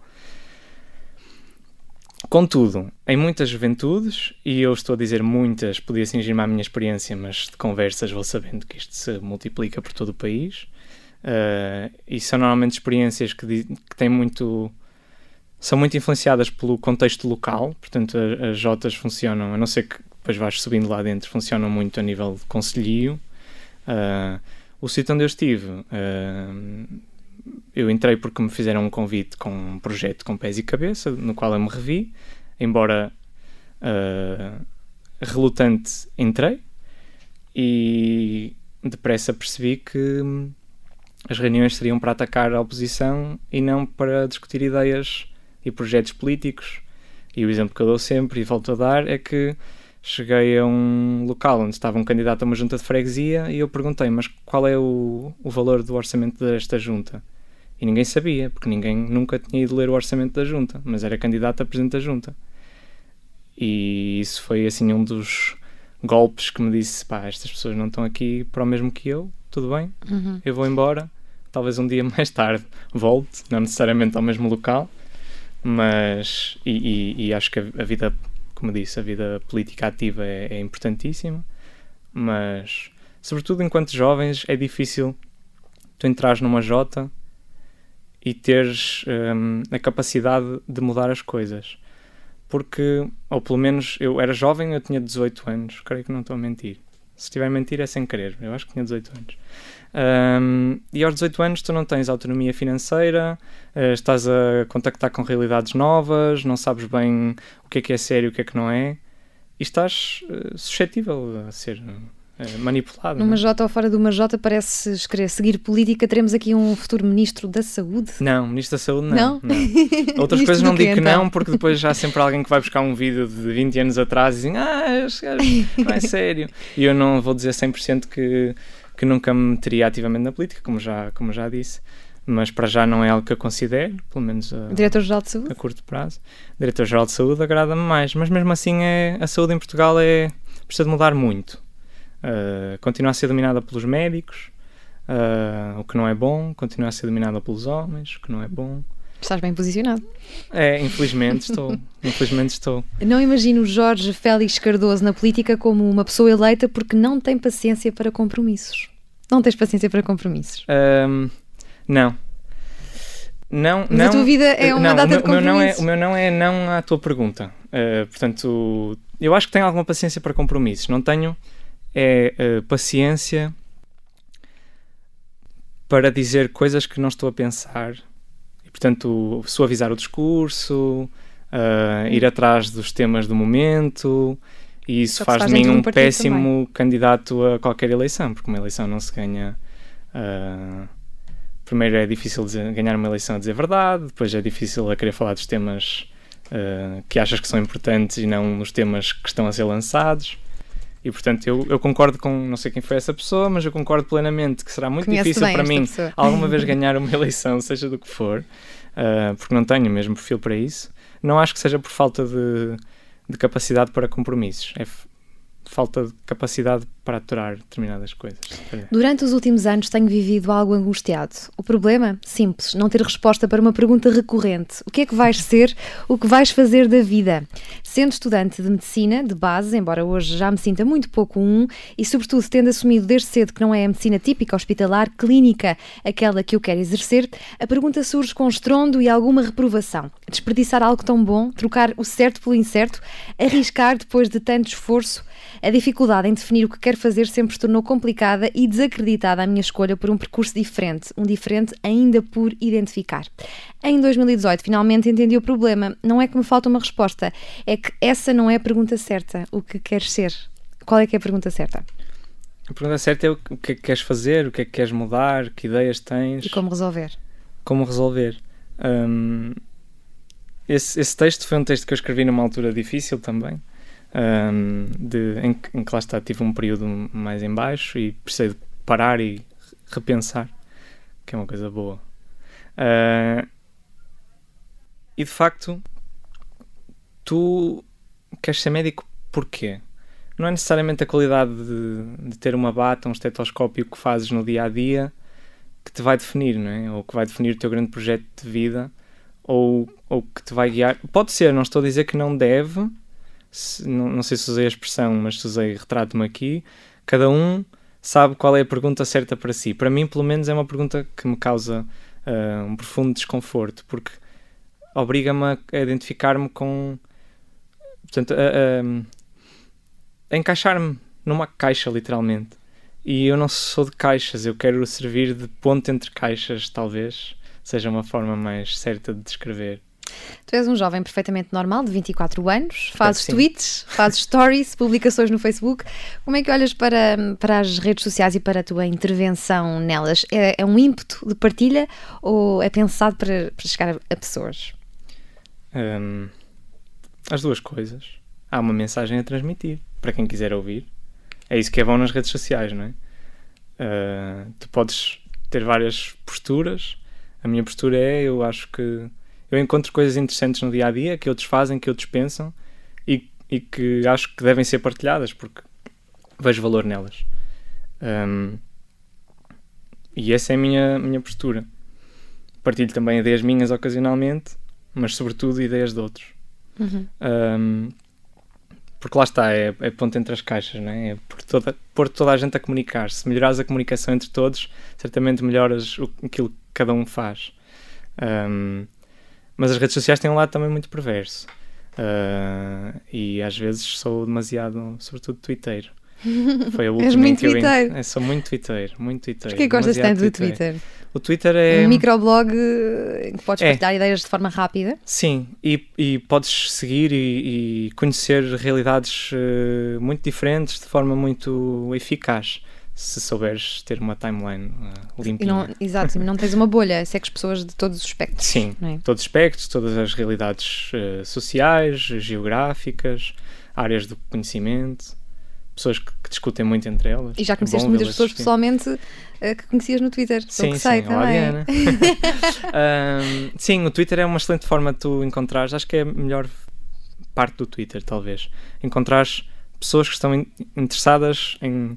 Contudo, em muitas juventudes, e eu estou a dizer muitas, podia cingir-me à minha experiência, mas de conversas vou sabendo que isto se multiplica por todo o país, uh, e são normalmente experiências que, que têm muito... são muito influenciadas pelo contexto local, portanto as, as Jotas funcionam, a não ser que depois vais subindo lá dentro, funcionam muito a nível de conselhio. Uh, o sítio onde eu estive, uh, eu entrei porque me fizeram um convite com um projeto com pés e cabeça, no qual eu me revi, embora uh, relutante entrei, e depressa percebi que as reuniões seriam para atacar a oposição e não para discutir ideias e projetos políticos. E o exemplo que eu dou sempre e volto a dar é que cheguei a um local onde estava um candidato a uma junta de freguesia e eu perguntei, mas qual é o, o valor do orçamento desta junta? E ninguém sabia, porque ninguém nunca tinha ido ler o orçamento da junta, mas era candidato a presidente da junta. E isso foi assim um dos golpes que me disse, pá, estas pessoas não estão aqui para o mesmo que eu, tudo bem, uhum. Eu vou embora, talvez um dia mais tarde volte, não necessariamente ao mesmo local, mas, e, e, e acho que a, a vida, como disse, a vida política ativa é, é importantíssima, mas, sobretudo enquanto jovens, é difícil tu entrares numa Jota e teres um, a capacidade de mudar as coisas. Porque, ou pelo menos, eu era jovem, eu tinha dezoito anos, creio que não estou a mentir. Se estiver a mentir é sem querer, eu acho que tinha dezoito anos. Um, e aos dezoito anos tu não tens autonomia financeira, uh, estás a contactar com realidades novas, não sabes bem o que é que é sério e o que é que não é, e estás uh, suscetível a ser uh, manipulado. Numa não? Jota ou fora de uma Jota, pareces querer seguir política. Teremos aqui um futuro Ministro da Saúde? Não, Ministro da Saúde não. Não? não. Outras coisas não quê, digo que então? não, porque depois já há sempre alguém que vai buscar um vídeo de vinte anos atrás e dizem, ah, este gajo não é sério. E eu não vou dizer cem por cento que que nunca me meteria ativamente na política, como já, como já disse, mas para já não é algo que eu considero, pelo menos a, Diretor-Geral de Saúde? a curto prazo. Diretor-Geral de Saúde agrada-me mais, mas mesmo assim é, a saúde em Portugal é, precisa de mudar muito. Uh, continua a ser dominada pelos médicos, uh, o que não é bom, continua a ser dominada pelos homens, o que não é bom. Estás bem posicionado. É, infelizmente estou. Infelizmente estou. Não imagino Jorge Félix Cardoso na política como uma pessoa eleita porque não tem paciência para compromissos. Não tens paciência para compromissos? Um, não. Não, Mas não, a tua vida é uma não, data o meu, de compromissos. O meu, não é, o meu não é não à tua pergunta. Uh, portanto, eu acho que tenho alguma paciência para compromissos. Não tenho é, uh, paciência para dizer coisas que não estou a pensar. E, portanto, suavizar o discurso, uh, ir atrás dos temas do momento, e isso faz, faz de mim um péssimo também. candidato a qualquer eleição, porque uma eleição não se ganha uh, primeiro é difícil dizer, ganhar uma eleição a dizer verdade, depois é difícil a querer falar dos temas uh, que achas que são importantes e não nos temas que estão a ser lançados. E portanto eu, eu concordo com, não sei quem foi essa pessoa, mas eu concordo plenamente que será muito Conhece difícil para mim pessoa. alguma vez ganhar uma eleição, seja do que for, uh, porque não tenho o mesmo perfil para isso. Não acho que seja por falta de, de capacidade para compromissos, é f- falta de capacidade para aturar determinadas coisas. Durante os últimos anos tenho vivido algo angustiado. O problema? Simples, não ter resposta para uma pergunta recorrente. O que é que vais ser? O que vais fazer da vida? Sendo estudante de medicina, de base, embora hoje já me sinta muito pouco um, e sobretudo tendo assumido desde cedo que não é a medicina típica, hospitalar, clínica, aquela que eu quero exercer, a pergunta surge com estrondo e alguma reprovação. Desperdiçar algo tão bom, trocar o certo pelo incerto, arriscar depois de tanto esforço. A dificuldade em definir o que quero fazer sempre se tornou complicada e desacreditada a minha escolha por um percurso diferente, um diferente ainda por identificar. Em dois mil e dezoito, finalmente entendi o problema. Não é que me falta uma resposta, é que essa não é a pergunta certa. O que queres ser? Qual é que é a pergunta certa? A pergunta certa é o que é que queres fazer, o que é que queres mudar, que ideias tens. E como resolver? Como resolver. Um, esse, esse texto foi um texto que eu escrevi numa altura difícil também. Um, de, em, que, em que lá está, tive um período mais em baixo e precisei de parar e repensar, que é uma coisa boa. Uh, e de facto, tu queres ser médico porquê? Não é necessariamente a qualidade de, de ter uma bata, um estetoscópio que fazes no dia a dia que te vai definir, não é? Ou que vai definir o teu grande projeto de vida, ou, ou que te vai guiar. Pode ser, não estou a dizer que não deve. Se, não, não sei se usei a expressão, mas se usei, retrato-me aqui. Cada um sabe qual é a pergunta certa para si. Para mim, pelo menos, é uma pergunta que me causa uh, um profundo desconforto, porque obriga-me a, a identificar-me com... Portanto, a, a, a encaixar-me numa caixa, literalmente. E eu não sou de caixas, eu quero servir de ponte entre caixas, talvez seja uma forma mais certa de descrever. Tu és um jovem perfeitamente normal, de vinte e quatro anos, fazes tweets, fazes stories, publicações no Facebook. Como é que olhas para, para as redes sociais e para a tua intervenção nelas? É, é um ímpeto de partilha ou é pensado para, para chegar a, a pessoas? Um, as duas coisas. Há uma mensagem a transmitir, para quem quiser ouvir. É isso que é bom nas redes sociais, não é? Uh, tu podes ter várias posturas. A minha postura é, eu acho que eu encontro coisas interessantes no dia-a-dia que outros fazem, que outros pensam e, e que acho que devem ser partilhadas porque vejo valor nelas. Um, e essa é a minha, minha postura. Partilho também ideias minhas ocasionalmente, mas sobretudo ideias de outros. Uhum. Um, porque lá está, é, é ponto entre as caixas, não é? É pôr toda, pôr toda a gente a comunicar. Se melhorares a comunicação entre todos, certamente melhoras o, aquilo que cada um faz. Um, Mas as redes sociais têm um lado também muito perverso. Uh, e às vezes sou demasiado, sobretudo, twitteiro. Foi a última. És muito que eu twitteiro. É, sou muito twitteiro, muito twitteiro. Porquê gostas tanto do twitteiro. Twitter? O Twitter é... Um microblog em que podes É. partilhar ideias de forma rápida? Sim, e, e podes seguir e, e conhecer realidades uh, muito diferentes de forma muito eficaz. Se souberes ter uma timeline uh, limpinha. E não, exato, e não tens uma bolha, segues pessoas de todos os espectros. Sim, não é? todos os aspectos, todas as realidades uh, sociais, geográficas, áreas do conhecimento, pessoas que, que discutem muito entre elas. E já É conheceste bom muitas vê-las pessoas discutir. pessoalmente uh, que conhecias no Twitter, Sim, o que sei sim, olá, também. Diana. um, sim, o Twitter é uma excelente forma de tu encontrares, acho que é a melhor parte do Twitter, talvez. Encontrares pessoas que estão in- interessadas em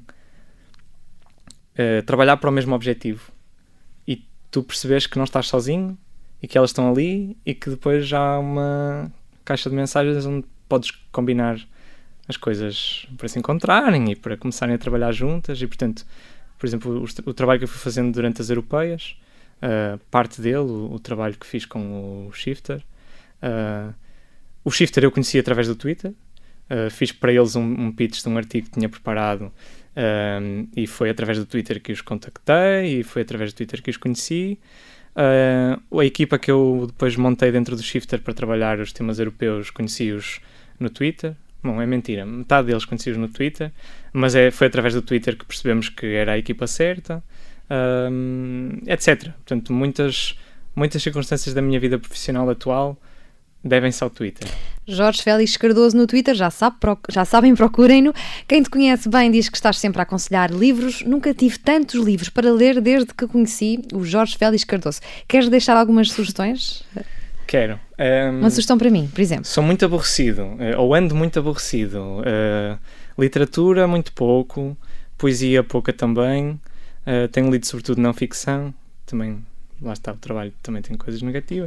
Uh, trabalhar para o mesmo objetivo e tu percebes que não estás sozinho e que elas estão ali e que depois já há uma caixa de mensagens onde podes combinar as coisas para se encontrarem e para começarem a trabalhar juntas e portanto, por exemplo, o, o trabalho que eu fui fazendo durante as europeias, uh, parte dele, o, o trabalho que fiz com o Shifter, uh, o Shifter eu conheci através do Twitter, uh, fiz para eles um, um pitch de um artigo que tinha preparado. Um, e foi através do Twitter que os contactei e foi através do Twitter que os conheci. Uh, a equipa que eu depois montei dentro do Shifter para trabalhar os temas europeus conheci-os no Twitter. Bom, é mentira, metade deles conheci-os no Twitter, mas é, foi através do Twitter que percebemos que era a equipa certa. um, etcétera. Portanto, muitas, muitas circunstâncias da minha vida profissional atual devem-se ao Twitter. Jorge Félix Cardoso no Twitter, já, sabe, já sabem, procurem-no. Quem te conhece bem diz que estás sempre a aconselhar livros. Nunca tive tantos livros para ler desde que conheci o Jorge Félix Cardoso. Queres deixar algumas sugestões? Quero. Um, Uma sugestão para mim, por exemplo. Sou muito aborrecido, ou ando muito aborrecido. Uh, literatura, muito pouco. Poesia, pouca também. Uh, tenho lido sobretudo não ficção. Também, lá está, o trabalho também tem coisas negativas.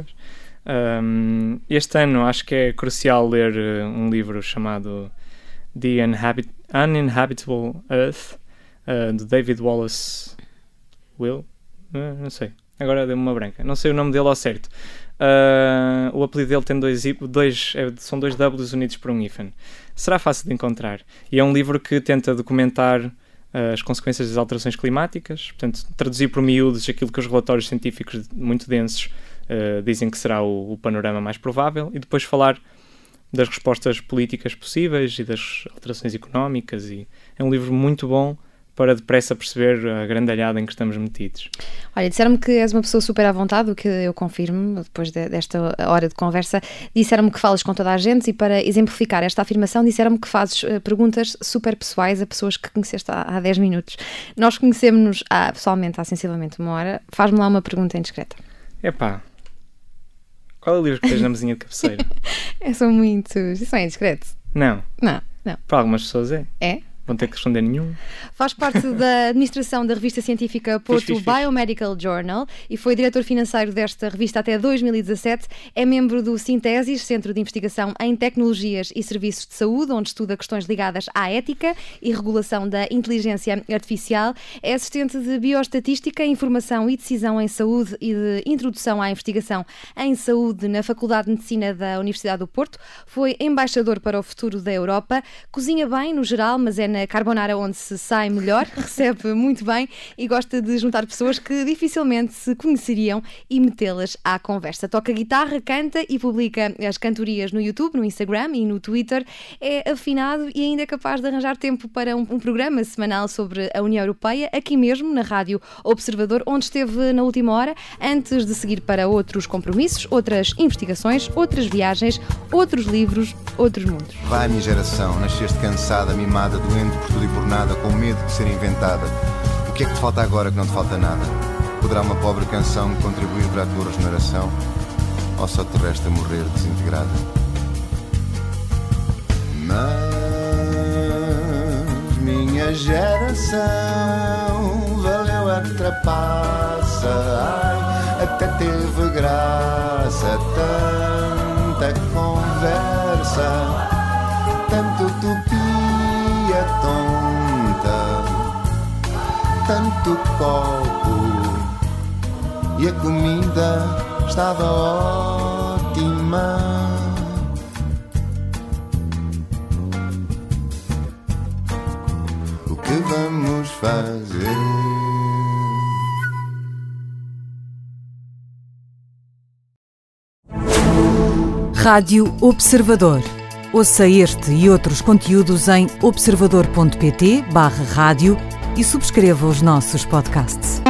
Um, este ano acho que é crucial ler uh, um livro chamado The Unhabit- Uninhabitable Earth, uh, de David Wallace Will, uh, não sei, agora deu-me uma branca, não sei o nome dele ao certo. Uh, o apelido dele tem dois, dois é, são dois W's unidos por um hífen. Será fácil de encontrar e é um livro que tenta documentar uh, as consequências das alterações climáticas, portanto traduzir por miúdos aquilo que os relatórios científicos muito densos Uh, dizem que será o, o panorama mais provável, e depois falar das respostas políticas possíveis e das alterações económicas. E é um livro muito bom para depressa perceber a grandalhada em que estamos metidos. Olha, disseram-me que és uma pessoa super à vontade, o que eu confirmo depois de, desta hora de conversa. Disseram-me que falas com toda a gente, e para exemplificar esta afirmação disseram-me que fazes uh, perguntas super pessoais a pessoas que conheceste há, há dez minutos. Nós conhecemos-nos há, pessoalmente há sensivelmente uma hora. Faz-me lá uma pergunta indiscreta. Epá, qual é o livro que tens na mesinha de cabeceira? É, são muitos. Isso é indiscreto? Não. Não, não. Para algumas pessoas é. É? Vão ter que responder nenhum. Faz parte da administração da revista científica Porto fixe, fixe, Biomedical Journal e foi diretor financeiro desta revista até dois mil e dezassete. É membro do Sintesis, Centro de Investigação em Tecnologias e Serviços de Saúde, onde estuda questões ligadas à ética e regulação da inteligência artificial. É assistente de Bioestatística, Informação e Decisão em Saúde e de Introdução à Investigação em Saúde na Faculdade de Medicina da Universidade do Porto. Foi embaixador para o futuro da Europa. Cozinha bem, no geral, mas é na carbonara onde se sai melhor, recebe muito bem e gosta de juntar pessoas que dificilmente se conheceriam e metê-las à conversa. Toca guitarra, canta e publica as cantorias no YouTube, no Instagram e no Twitter. É afinado e ainda é capaz de arranjar tempo para um, um programa semanal sobre a União Europeia, aqui mesmo na Rádio Observador, onde esteve na última hora, antes de seguir para outros compromissos, outras investigações, outras viagens, outros livros, outros mundos. Vai, minha geração, nasceste cansada, mimada, doente por tudo e por nada, com medo de ser inventada. O que é que te falta agora que não te falta nada? Poderá uma pobre canção contribuir para a tua regeneração? Ou só te resta morrer desintegrada? Mas minha geração valeu a trapaça, ai, até teve graça, tanta conversa, tanto utopia tonta, tanto copo, e a comida estava ótima. O que vamos fazer? Rádio Observador. Ouça este e outros conteúdos em observador ponto pt barra rádio e subscreva os nossos podcasts.